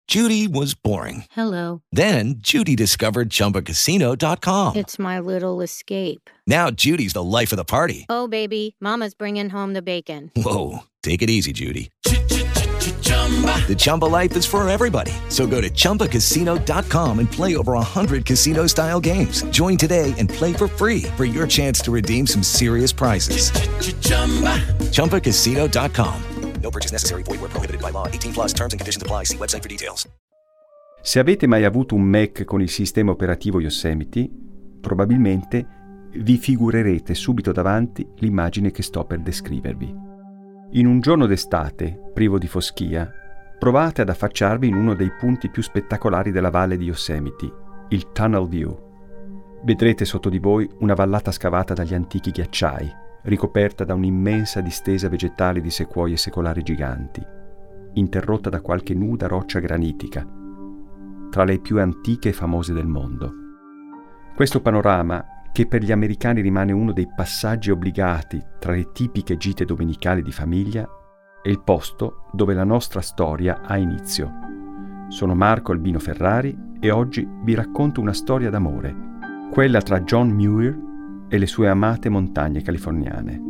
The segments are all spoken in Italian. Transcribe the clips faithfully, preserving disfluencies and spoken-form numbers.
Judy was boring. Hello. Then Judy discovered Chumba Casino dot com. It's my little escape. Now Judy's the life of the party. Oh, baby, mama's bringing home the bacon. Whoa, take it easy, Judy. The Chumba life is for everybody. So go to Chumba Casino dot com and play over one hundred casino-style games. Join today and play for free for your chance to redeem some serious prizes. Chumba Casino dot com. No purchase necessary. Void where prohibited by law. eighteen plus terms and conditions apply. See website for details. Se avete mai avuto un Mac con il sistema operativo Yosemite, probabilmente vi figurerete subito davanti l'immagine che sto per descrivervi. In un giorno d'estate, privo di foschia, provate ad affacciarvi in uno dei punti più spettacolari della valle di Yosemite, il Tunnel View. Vedrete sotto di voi una vallata scavata dagli antichi ghiacciai, ricoperta da un'immensa distesa vegetale di sequoie secolari giganti, interrotta da qualche nuda roccia granitica, tra le più antiche e famose del mondo. Questo panorama, che per gli americani rimane uno dei passaggi obbligati tra le tipiche gite domenicali di famiglia, è il posto dove la nostra storia ha inizio. Sono Marco Albino Ferrari e oggi vi racconto una storia d'amore, quella tra John Muir e le sue amate montagne californiane.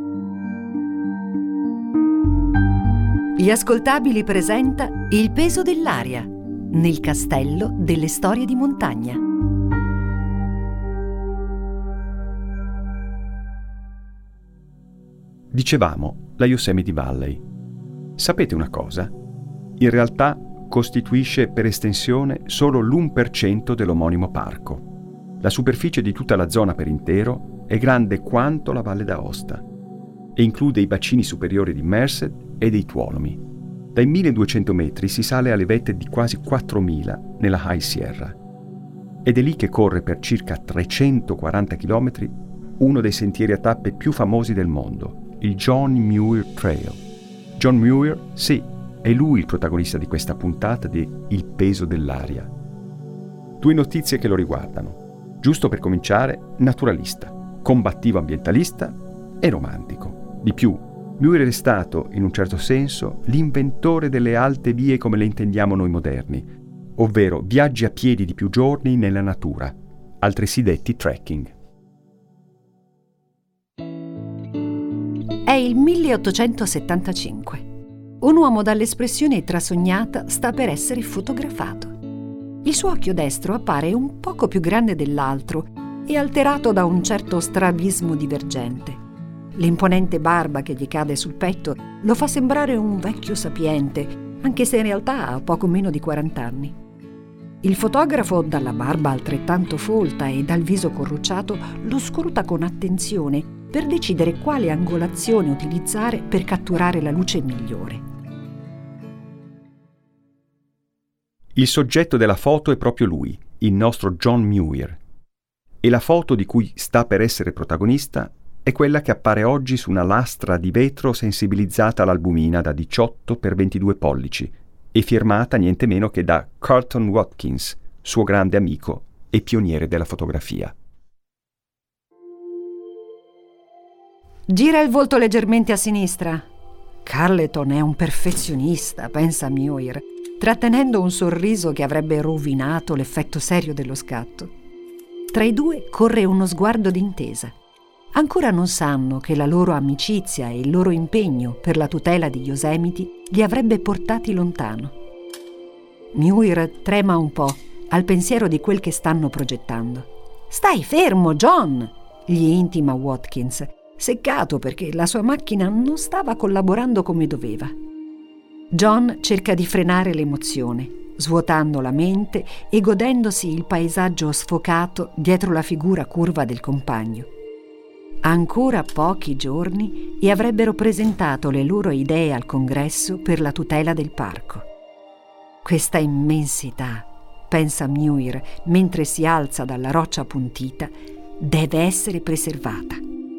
Gli Ascoltabili presenta Il peso dell'aria, nel castello delle storie di montagna. Dicevamo la Yosemite Valley. Sapete una cosa? In realtà costituisce per estensione solo l'uno per cento dell'omonimo parco. La superficie di tutta la zona per intero è grande quanto la Valle d'Aosta e include i bacini superiori di Merced e dei Tuolumni. Dai milleduecento metri si sale alle vette di quasi quattromila nella High Sierra ed è lì che corre per circa trecentoquaranta chilometri uno dei sentieri a tappe più famosi del mondo, il John Muir Trail. John Muir, sì, è lui il protagonista di questa puntata di Il peso dell'aria. Due notizie che lo riguardano. Giusto per cominciare, naturalista, combattivo ambientalista e romantico. Di più, Muir è stato, in un certo senso, l'inventore delle alte vie come le intendiamo noi moderni, ovvero viaggi a piedi di più giorni nella natura, altresì detti trekking. È il milleottocentosettantacinque. Un uomo dall'espressione trasognata sta per essere fotografato. Il suo occhio destro appare un poco più grande dell'altro e alterato da un certo strabismo divergente. L'imponente barba che gli cade sul petto lo fa sembrare un vecchio sapiente, anche se in realtà ha poco meno di quaranta anni. Il fotografo, dalla barba altrettanto folta e dal viso corrucciato, lo scruta con attenzione per decidere quale angolazione utilizzare per catturare la luce migliore. Il soggetto della foto è proprio lui, il nostro John Muir. E la foto di cui sta per essere protagonista è quella che appare oggi su una lastra di vetro sensibilizzata all'albumina da diciotto per ventidue pollici e firmata niente meno che da Carlton Watkins, suo grande amico e pioniere della fotografia. Gira il volto leggermente a sinistra. Carleton è un perfezionista, pensa Muir, trattenendo un sorriso che avrebbe rovinato l'effetto serio dello scatto. Tra i due corre uno sguardo d'intesa. Ancora non sanno che la loro amicizia e il loro impegno per la tutela di Yosemite li avrebbe portati lontano. Muir trema un po' al pensiero di quel che stanno progettando. «Stai fermo, John!» gli intima Watkins, seccato perché la sua macchina non stava collaborando come doveva. John cerca di frenare l'emozione, svuotando la mente e godendosi il paesaggio sfocato dietro la figura curva del compagno. Ancora pochi giorni e avrebbero presentato le loro idee al congresso per la tutela del parco. Questa immensità, pensa Muir mentre si alza dalla roccia appuntita, deve essere preservata.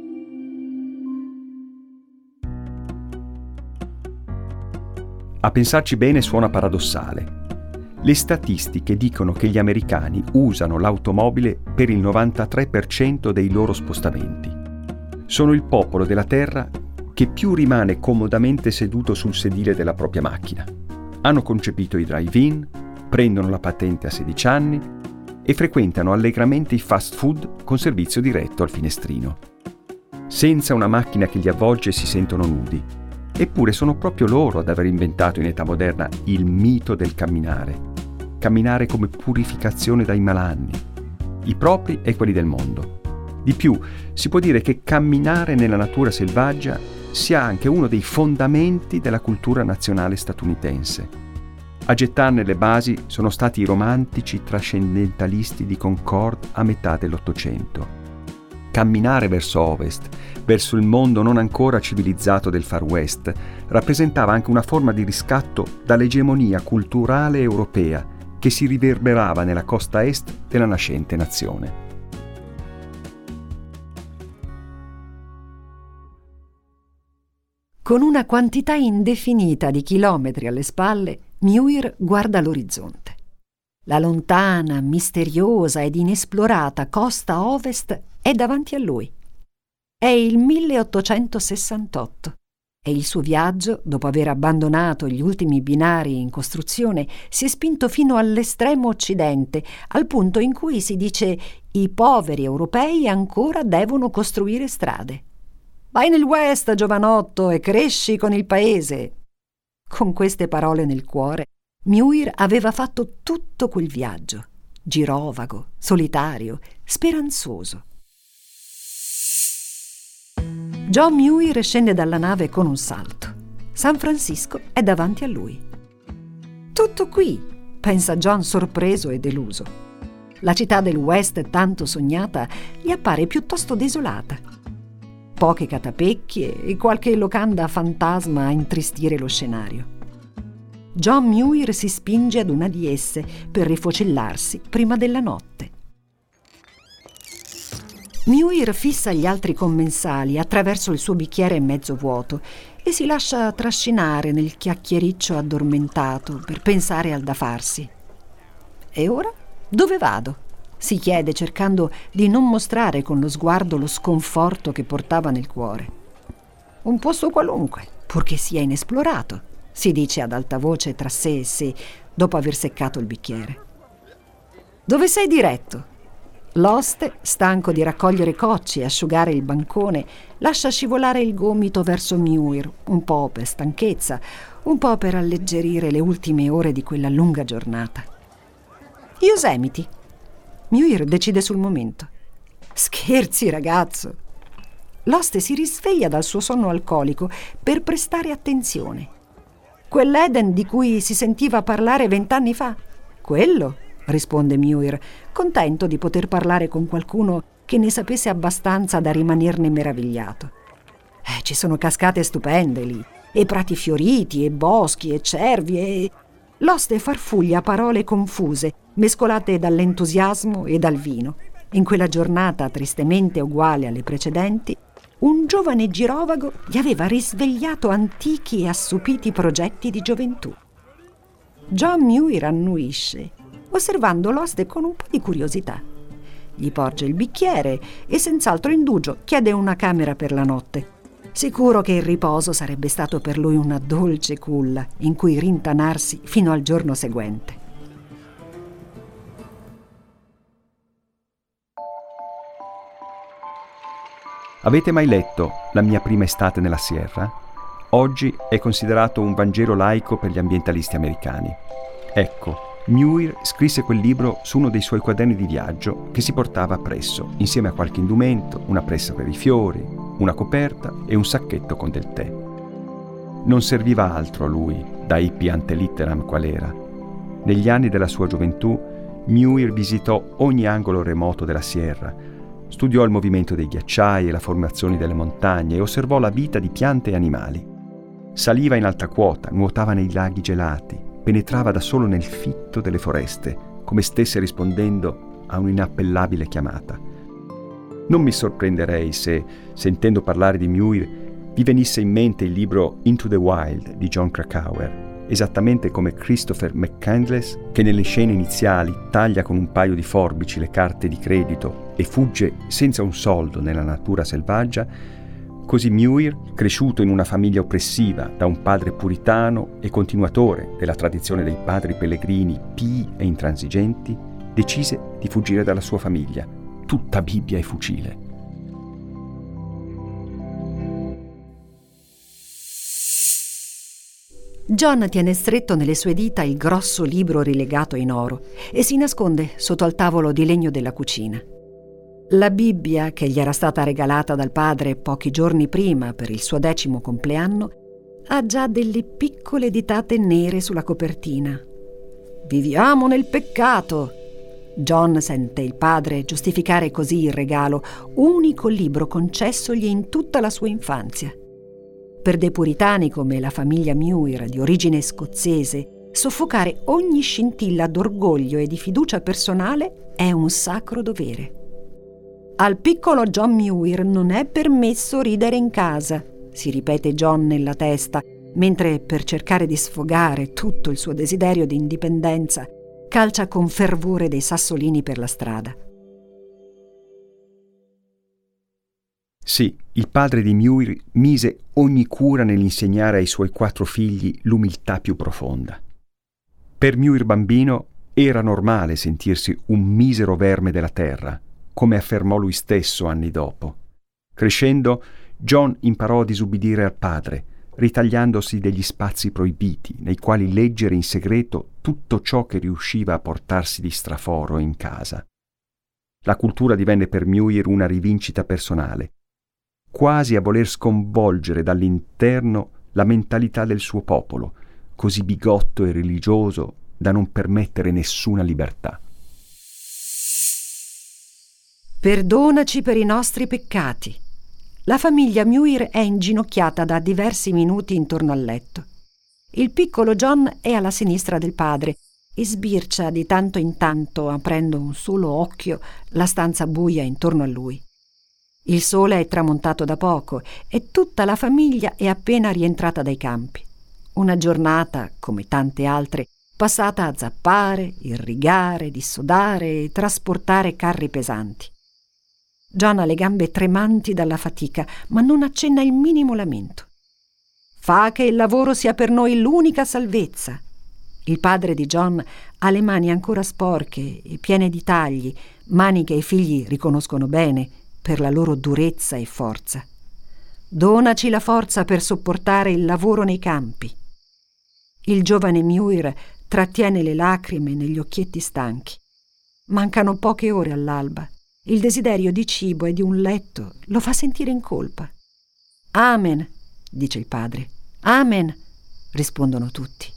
A pensarci bene suona paradossale. Le statistiche dicono che gli americani usano l'automobile per il novantatré per cento dei loro spostamenti. Sono il popolo della terra che più rimane comodamente seduto sul sedile della propria macchina. Hanno concepito i drive-in, prendono la patente a sedici anni e frequentano allegramente i fast food con servizio diretto al finestrino. Senza una macchina che li avvolge si sentono nudi. Eppure sono proprio loro ad aver inventato in età moderna il mito del camminare. Camminare come purificazione dai malanni, i propri e quelli del mondo. Di più, si può dire che camminare nella natura selvaggia sia anche uno dei fondamenti della cultura nazionale statunitense. A gettarne le basi sono stati i romantici trascendentalisti di Concord a metà dell'Ottocento. Camminare verso ovest, verso il mondo non ancora civilizzato del Far West, rappresentava anche una forma di riscatto dall'egemonia culturale europea che si riverberava nella costa est della nascente nazione. Con una quantità indefinita di chilometri alle spalle, Muir guarda l'orizzonte. La lontana, misteriosa ed inesplorata costa ovest è davanti a lui. È il milleottocentosessantotto e il suo viaggio, dopo aver abbandonato gli ultimi binari in costruzione, si è spinto fino all'estremo occidente, al punto in cui si dice i poveri europei ancora devono costruire strade. Vai nel West, giovanotto, e cresci con il paese. Con queste parole nel cuore, Muir aveva fatto tutto quel viaggio, girovago, solitario, speranzoso. John Muir scende dalla nave con un salto. San Francisco è davanti a lui. Tutto qui, pensa John sorpreso e deluso. La città del West tanto sognata gli appare piuttosto desolata. Poche catapecchie e qualche locanda fantasma a intristire lo scenario. John Muir si spinge ad una di esse per rifocillarsi prima della notte. Muir fissa gli altri commensali attraverso il suo bicchiere mezzo vuoto e si lascia trascinare nel chiacchiericcio addormentato per pensare al da farsi. E ora? Dove vado? Si chiede, cercando di non mostrare con lo sguardo lo sconforto che portava nel cuore. Un posto qualunque, purché sia inesplorato, si dice ad alta voce tra sé e sé, dopo aver seccato il bicchiere. Dove sei diretto? L'oste, stanco di raccogliere cocci e asciugare il bancone, lascia scivolare il gomito verso Muir, un po' per stanchezza, un po' per alleggerire le ultime ore di quella lunga giornata. Yosemite. Muir decide sul momento. Scherzi, ragazzo. L'oste si risveglia dal suo sonno alcolico per prestare attenzione. Quell'Eden di cui si sentiva parlare vent'anni fa? Quello, risponde Muir, contento di poter parlare con qualcuno che ne sapesse abbastanza da rimanerne meravigliato. Eh, ci sono cascate stupende lì, e prati fioriti, e boschi, e cervi, e... L'oste farfuglia parole confuse, mescolate dall'entusiasmo e dal vino. In quella giornata tristemente uguale alle precedenti, un giovane girovago gli aveva risvegliato antichi e assopiti progetti di gioventù. John Muir annuisce, osservando l'oste con un po' di curiosità. Gli porge il bicchiere e senz'altro indugio chiede una camera per la notte. Sicuro che il riposo sarebbe stato per lui una dolce culla in cui rintanarsi fino al giorno seguente. Avete mai letto La mia prima estate nella Sierra? Oggi è considerato un Vangelo laico per gli ambientalisti americani. Ecco, Muir scrisse quel libro su uno dei suoi quaderni di viaggio che si portava appresso, insieme a qualche indumento, una pressa per i fiori, una coperta e un sacchetto con del tè. Non serviva altro a lui, da hippie ante litteram qual era. Negli anni della sua gioventù, Muir visitò ogni angolo remoto della Sierra, studiò il movimento dei ghiacciai e la formazione delle montagne e osservò la vita di piante e animali. Saliva in alta quota, nuotava nei laghi gelati, penetrava da solo nel fitto delle foreste, come stesse rispondendo a un'inappellabile chiamata. Non mi sorprenderei se, sentendo parlare di Muir, vi venisse in mente il libro Into the Wild di Jon Krakauer, esattamente come Christopher McCandless, che nelle scene iniziali taglia con un paio di forbici le carte di credito e fugge senza un soldo nella natura selvaggia, Così Muir, cresciuto in una famiglia oppressiva da un padre puritano e continuatore della tradizione dei padri pellegrini pii e intransigenti, decise di fuggire dalla sua famiglia, tutta Bibbia e fucile. John tiene stretto nelle sue dita il grosso libro rilegato in oro e si nasconde sotto al tavolo di legno della cucina. La Bibbia, che gli era stata regalata dal padre pochi giorni prima per il suo decimo compleanno, ha già delle piccole ditate nere sulla copertina. «Viviamo nel peccato!» John sente il padre giustificare così il regalo, unico libro concessogli in tutta la sua infanzia. Per dei puritani come la famiglia Muir, di origine scozzese, soffocare ogni scintilla d'orgoglio e di fiducia personale è un sacro dovere. Al piccolo John Muir non è permesso ridere in casa, si ripete John nella testa, mentre per cercare di sfogare tutto il suo desiderio di indipendenza calcia con fervore dei sassolini per la strada. Sì, il padre di Muir mise ogni cura nell'insegnare ai suoi quattro figli l'umiltà più profonda. Per Muir bambino era normale sentirsi un misero verme della terra, come affermò lui stesso anni dopo. Crescendo, John imparò a disubbidire al padre, ritagliandosi degli spazi proibiti nei quali leggere in segreto tutto ciò che riusciva a portarsi di straforo in casa. La cultura divenne per Muir una rivincita personale, quasi a voler sconvolgere dall'interno la mentalità del suo popolo, così bigotto e religioso da non permettere nessuna libertà. Perdonaci per i nostri peccati. La famiglia Muir è inginocchiata da diversi minuti intorno al letto. Il piccolo John è alla sinistra del padre e sbircia di tanto in tanto, aprendo un solo occhio, la stanza buia intorno a lui. Il sole è tramontato da poco e tutta la famiglia è appena rientrata dai campi. Una giornata, come tante altre, passata a zappare, irrigare, dissodare e trasportare carri pesanti. John ha le gambe tremanti dalla fatica, ma non accenna il minimo lamento. «Fa che il lavoro sia per noi l'unica salvezza». Il padre di John ha le mani ancora sporche e piene di tagli, mani che i figli riconoscono bene per la loro durezza e forza. «Donaci la forza per sopportare il lavoro nei campi». Il giovane Muir trattiene le lacrime negli occhietti stanchi. Mancano poche ore all'alba. Il desiderio di cibo e di un letto lo fa sentire in colpa. «Amen», dice il padre. «Amen», rispondono tutti.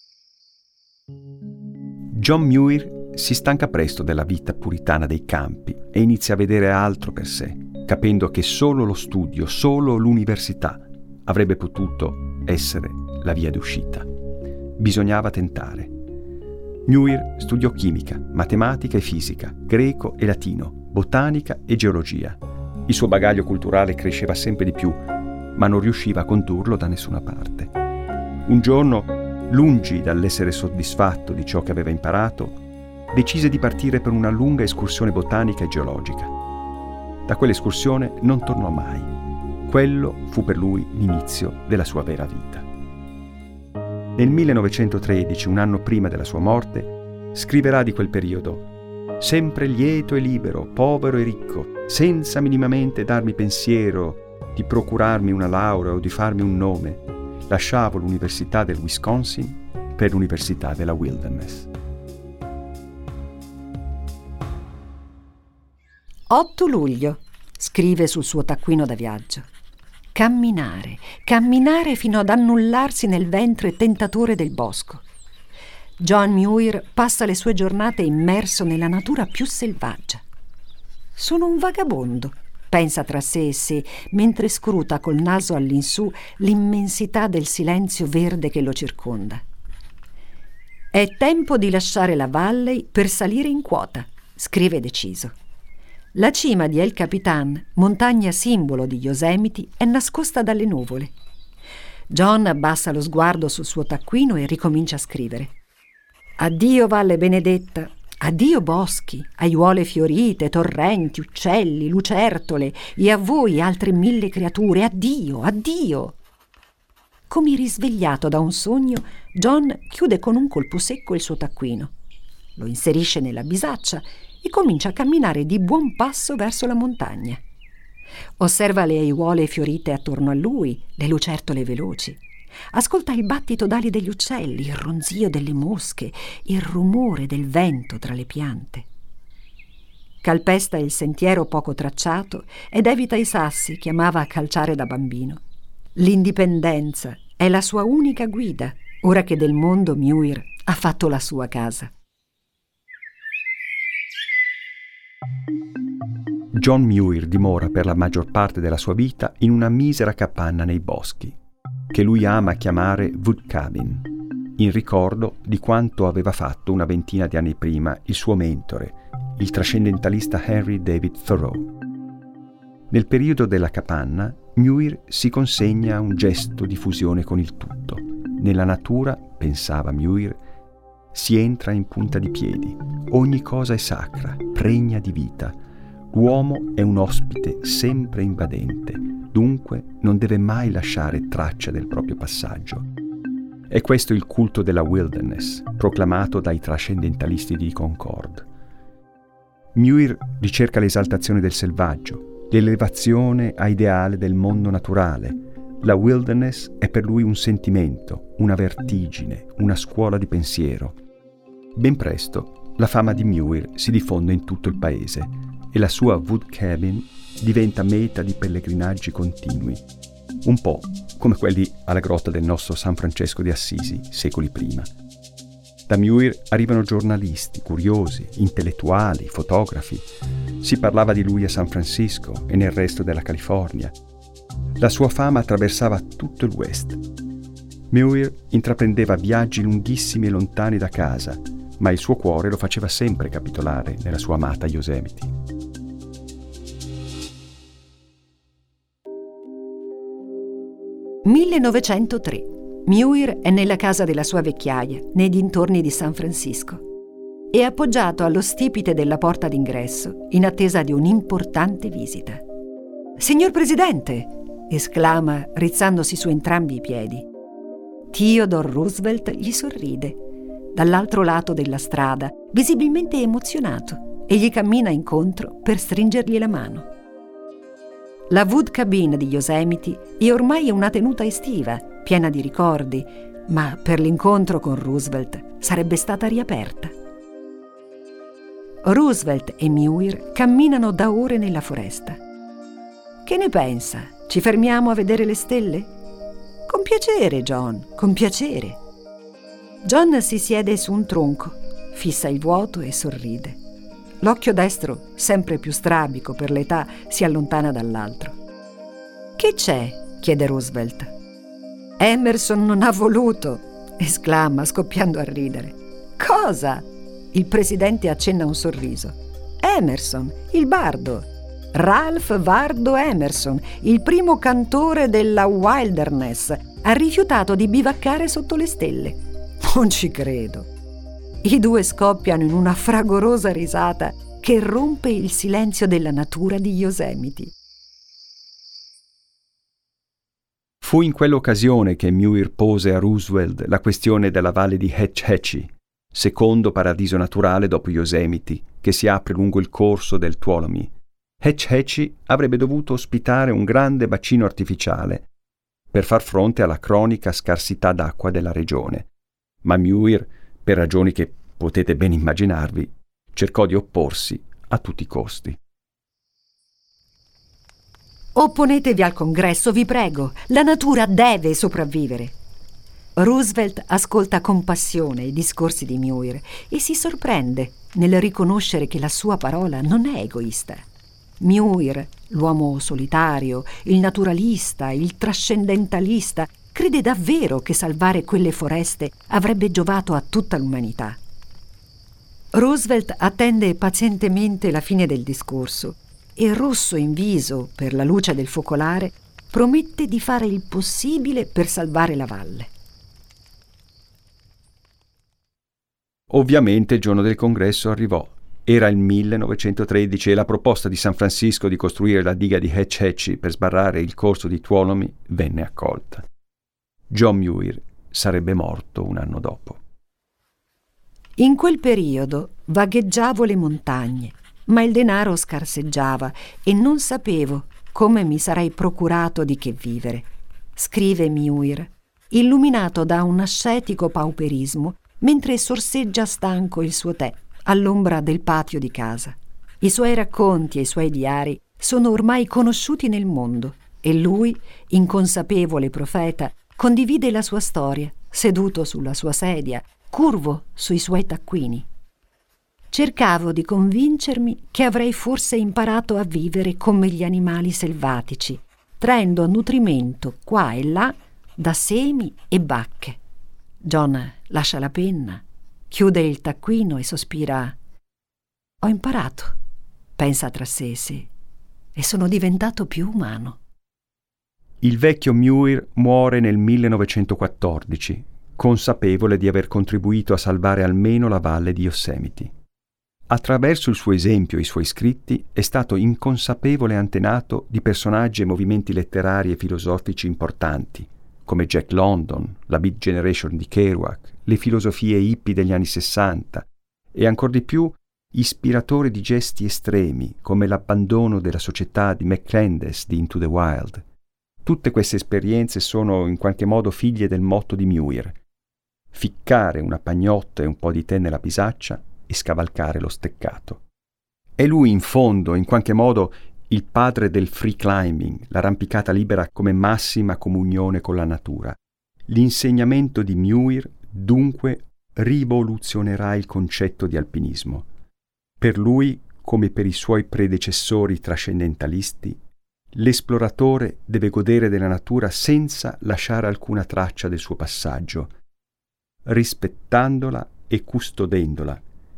John Muir si stanca presto della vita puritana dei campi e inizia a vedere altro per sé, capendo che solo lo studio, solo l'università avrebbe potuto essere la via d'uscita. Bisognava tentare. Muir studiò chimica, matematica e fisica, greco e latino, botanica e geologia. Il suo bagaglio culturale cresceva sempre di più, ma non riusciva a condurlo da nessuna parte. Un giorno, lungi dall'essere soddisfatto di ciò che aveva imparato, decise di partire per una lunga escursione botanica e geologica. Da quell'escursione non tornò mai. Quello fu per lui l'inizio della sua vera vita. Nel millenovecentotredici, un anno prima della sua morte, scriverà di quel periodo: «Sempre lieto e libero, povero e ricco, senza minimamente darmi pensiero di procurarmi una laurea o di farmi un nome, lasciavo l'Università del Wisconsin per l'Università della Wilderness». otto luglio, scrive sul suo taccuino da viaggio. Camminare, camminare fino ad annullarsi nel ventre tentatore del bosco. John Muir passa le sue giornate immerso nella natura più selvaggia. «Sono un vagabondo», pensa tra sé e sé, mentre scruta col naso all'insù l'immensità del silenzio verde che lo circonda. «È tempo di lasciare la Valley per salire in quota», scrive deciso. La cima di El Capitan, montagna simbolo di Yosemite, è nascosta dalle nuvole. John abbassa lo sguardo sul suo taccuino e ricomincia a scrivere. «Addio Valle Benedetta, Addio boschi, aiuole fiorite, torrenti, uccelli, lucertole e a voi altre mille creature, addio, addio. Come risvegliato da un sogno, John chiude con un colpo secco il suo taccuino, lo inserisce nella bisaccia e comincia a camminare di buon passo verso la montagna. Osserva le aiuole fiorite attorno a lui, le lucertole veloci. Ascolta il battito d'ali degli uccelli, il ronzio delle mosche, il rumore del vento tra le piante. Calpesta il sentiero poco tracciato ed evita i sassi che amava a calciare da bambino. L'indipendenza è la sua unica guida, ora che del mondo Muir ha fatto la sua casa. John Muir dimora per la maggior parte della sua vita in una misera capanna nei boschi, che lui ama chiamare Wood Cabin, in ricordo di quanto aveva fatto una ventina di anni prima il suo mentore, il trascendentalista Henry David Thoreau. Nel periodo della capanna, Muir si consegna a un gesto di fusione con il tutto. Nella natura, pensava Muir, si entra in punta di piedi. Ogni cosa è sacra, pregna di vita. L'uomo è un ospite sempre invadente, dunque non deve mai lasciare traccia del proprio passaggio. È questo il culto della wilderness, proclamato dai trascendentalisti di Concord. Muir ricerca l'esaltazione del selvaggio, l'elevazione a ideale del mondo naturale. La wilderness è per lui un sentimento, una vertigine, una scuola di pensiero. Ben presto la fama di Muir si diffonde in tutto il paese e la sua Wood Cabin diventa meta di pellegrinaggi continui, un po' come quelli alla grotta del nostro San Francesco di Assisi secoli prima. Da Muir arrivano giornalisti, curiosi, intellettuali, fotografi. Si parlava di lui a San Francisco e nel resto della California. La sua fama attraversava tutto il West. Muir intraprendeva viaggi lunghissimi e lontani da casa, ma il suo cuore lo faceva sempre capitolare nella sua amata Yosemite. millenovecentotre. Muir è nella casa della sua vecchiaia, nei dintorni di San Francisco. È appoggiato allo stipite della porta d'ingresso, in attesa di un'importante visita. «Signor Presidente!» esclama, rizzandosi su entrambi i piedi. Theodore Roosevelt gli sorride. Dall'altro lato della strada, visibilmente emozionato, e gli cammina incontro per stringergli la mano. La Wood Cabin di Yosemite è ormai una tenuta estiva, piena di ricordi, ma per l'incontro con Roosevelt sarebbe stata riaperta. Roosevelt e Muir camminano da ore nella foresta. «Che ne pensa? Ci fermiamo a vedere le stelle?» «Con piacere, John, con piacere». John si siede su un tronco, fissa il vuoto e sorride. L'occhio destro, sempre più strabico per l'età, si allontana dall'altro. «Che c'è?» chiede Roosevelt. «Emerson non ha voluto!» esclama, scoppiando a ridere. «Cosa?» Il presidente accenna un sorriso. «Emerson, il bardo. Ralph Waldo Emerson, il primo cantore della wilderness, ha rifiutato di bivaccare sotto le stelle. Non ci credo!» I due scoppiano in una fragorosa risata che rompe il silenzio della natura di Yosemite. Fu in quell'occasione che Muir pose a Roosevelt la questione della valle di Hetch Hetchy, secondo paradiso naturale dopo Yosemite, che si apre lungo il corso del Tuolumne. Hetch Hetchy avrebbe dovuto ospitare un grande bacino artificiale per far fronte alla cronica scarsità d'acqua della regione, ma Muir, per ragioni che potete ben immaginarvi, cercò di opporsi a tutti i costi. «Opponetevi al congresso, vi prego. La natura deve sopravvivere». Roosevelt ascolta con passione i discorsi di Muir e si sorprende nel riconoscere che la sua parola non è egoista. Muir, l'uomo solitario, il naturalista, il trascendentalista, crede davvero che salvare quelle foreste avrebbe giovato a tutta l'umanità. Roosevelt attende pazientemente la fine del discorso e, rosso in viso per la luce del focolare, promette di fare il possibile per salvare la valle. Ovviamente il giorno del congresso arrivò. Era il millenovecentotredici e la proposta di San Francisco di costruire la diga di Hetch Hetchy per sbarrare il corso di Tuolumne venne accolta. John Muir sarebbe morto un anno dopo. In quel periodo vagheggiavo le montagne, ma il denaro scarseggiava e non sapevo come mi sarei procurato di che vivere. Scrive Muir, illuminato da un ascetico pauperismo mentre sorseggia stanco il suo tè all'ombra del patio di casa. I suoi racconti e i suoi diari sono ormai conosciuti nel mondo e lui, inconsapevole profeta, condivide la sua storia, seduto sulla sua sedia, curvo sui suoi taccuini. Cercavo di convincermi che avrei forse imparato a vivere come gli animali selvatici, traendo nutrimento qua e là da semi e bacche. John lascia la penna, chiude il taccuino e sospira. Ho imparato, pensa tra sé e sé, e sono diventato più umano. Il vecchio Muir muore nel millenovecentoquattordici, consapevole di aver contribuito a salvare almeno la valle di Yosemite. Attraverso il suo esempio e i suoi scritti è stato inconsapevole antenato di personaggi e movimenti letterari e filosofici importanti, come Jack London, la Beat Generation di Kerouac, le filosofie hippie degli anni sessanta e ancor di più ispiratore di gesti estremi come l'abbandono della società di McCandless di Into the Wild. Tutte queste esperienze sono in qualche modo figlie del motto di Muir: ficcare una pagnotta e un po' di tè nella bisaccia e scavalcare lo steccato. È lui in fondo, in qualche modo, il padre del free climbing, l'arrampicata libera come massima comunione con la natura. L'insegnamento di Muir, dunque, rivoluzionerà il concetto di alpinismo. Per lui, come per i suoi predecessori trascendentalisti, l'esploratore deve godere della natura senza lasciare alcuna traccia del suo passaggio, rispettandola e custodendola,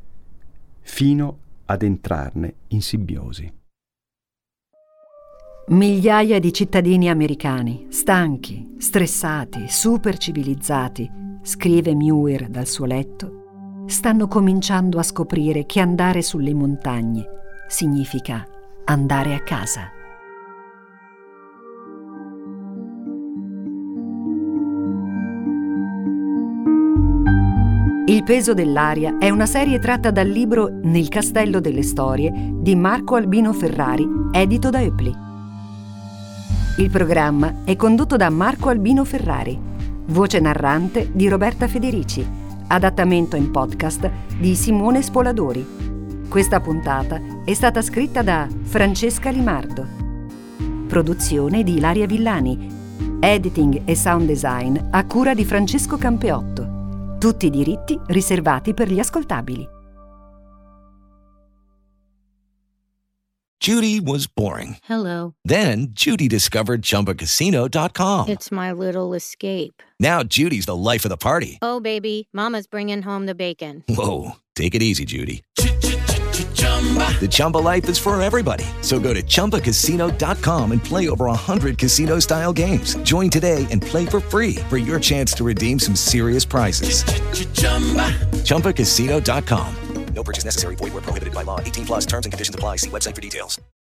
fino ad entrarne in simbiosi. Migliaia di cittadini americani, stanchi, stressati, supercivilizzati, scrive Muir dal suo letto, stanno cominciando a scoprire che andare sulle montagne significa andare a casa. Il peso dell'aria è una serie tratta dal libro Nel castello delle storie di Marco Albino Ferrari, edito da Eupli. Il programma è condotto da Marco Albino Ferrari, voce narrante di Roberta Federici, adattamento in podcast di Simone Spoladori. Questa puntata è stata scritta da Francesca Limardo. Produzione di Ilaria Villani. Editing e sound design a cura di Francesco Campeotto. Tutti i diritti riservati per gli ascoltabili. Judy was boring. Hello. Then Judy discovered Chumba Casino dot com. It's my little escape. Now Judy's the life of the party. Oh, baby, mama's bringing home the bacon. Whoa, take it easy, Judy. The Chumba life is for everybody. So go to Chumba Casino dot com and play over one hundred casino-style games. Join today and play for free for your chance to redeem some serious prizes. Chumba Casino dot com. No purchase necessary. Void where prohibited by law. eighteen plus terms and conditions apply. See website for details.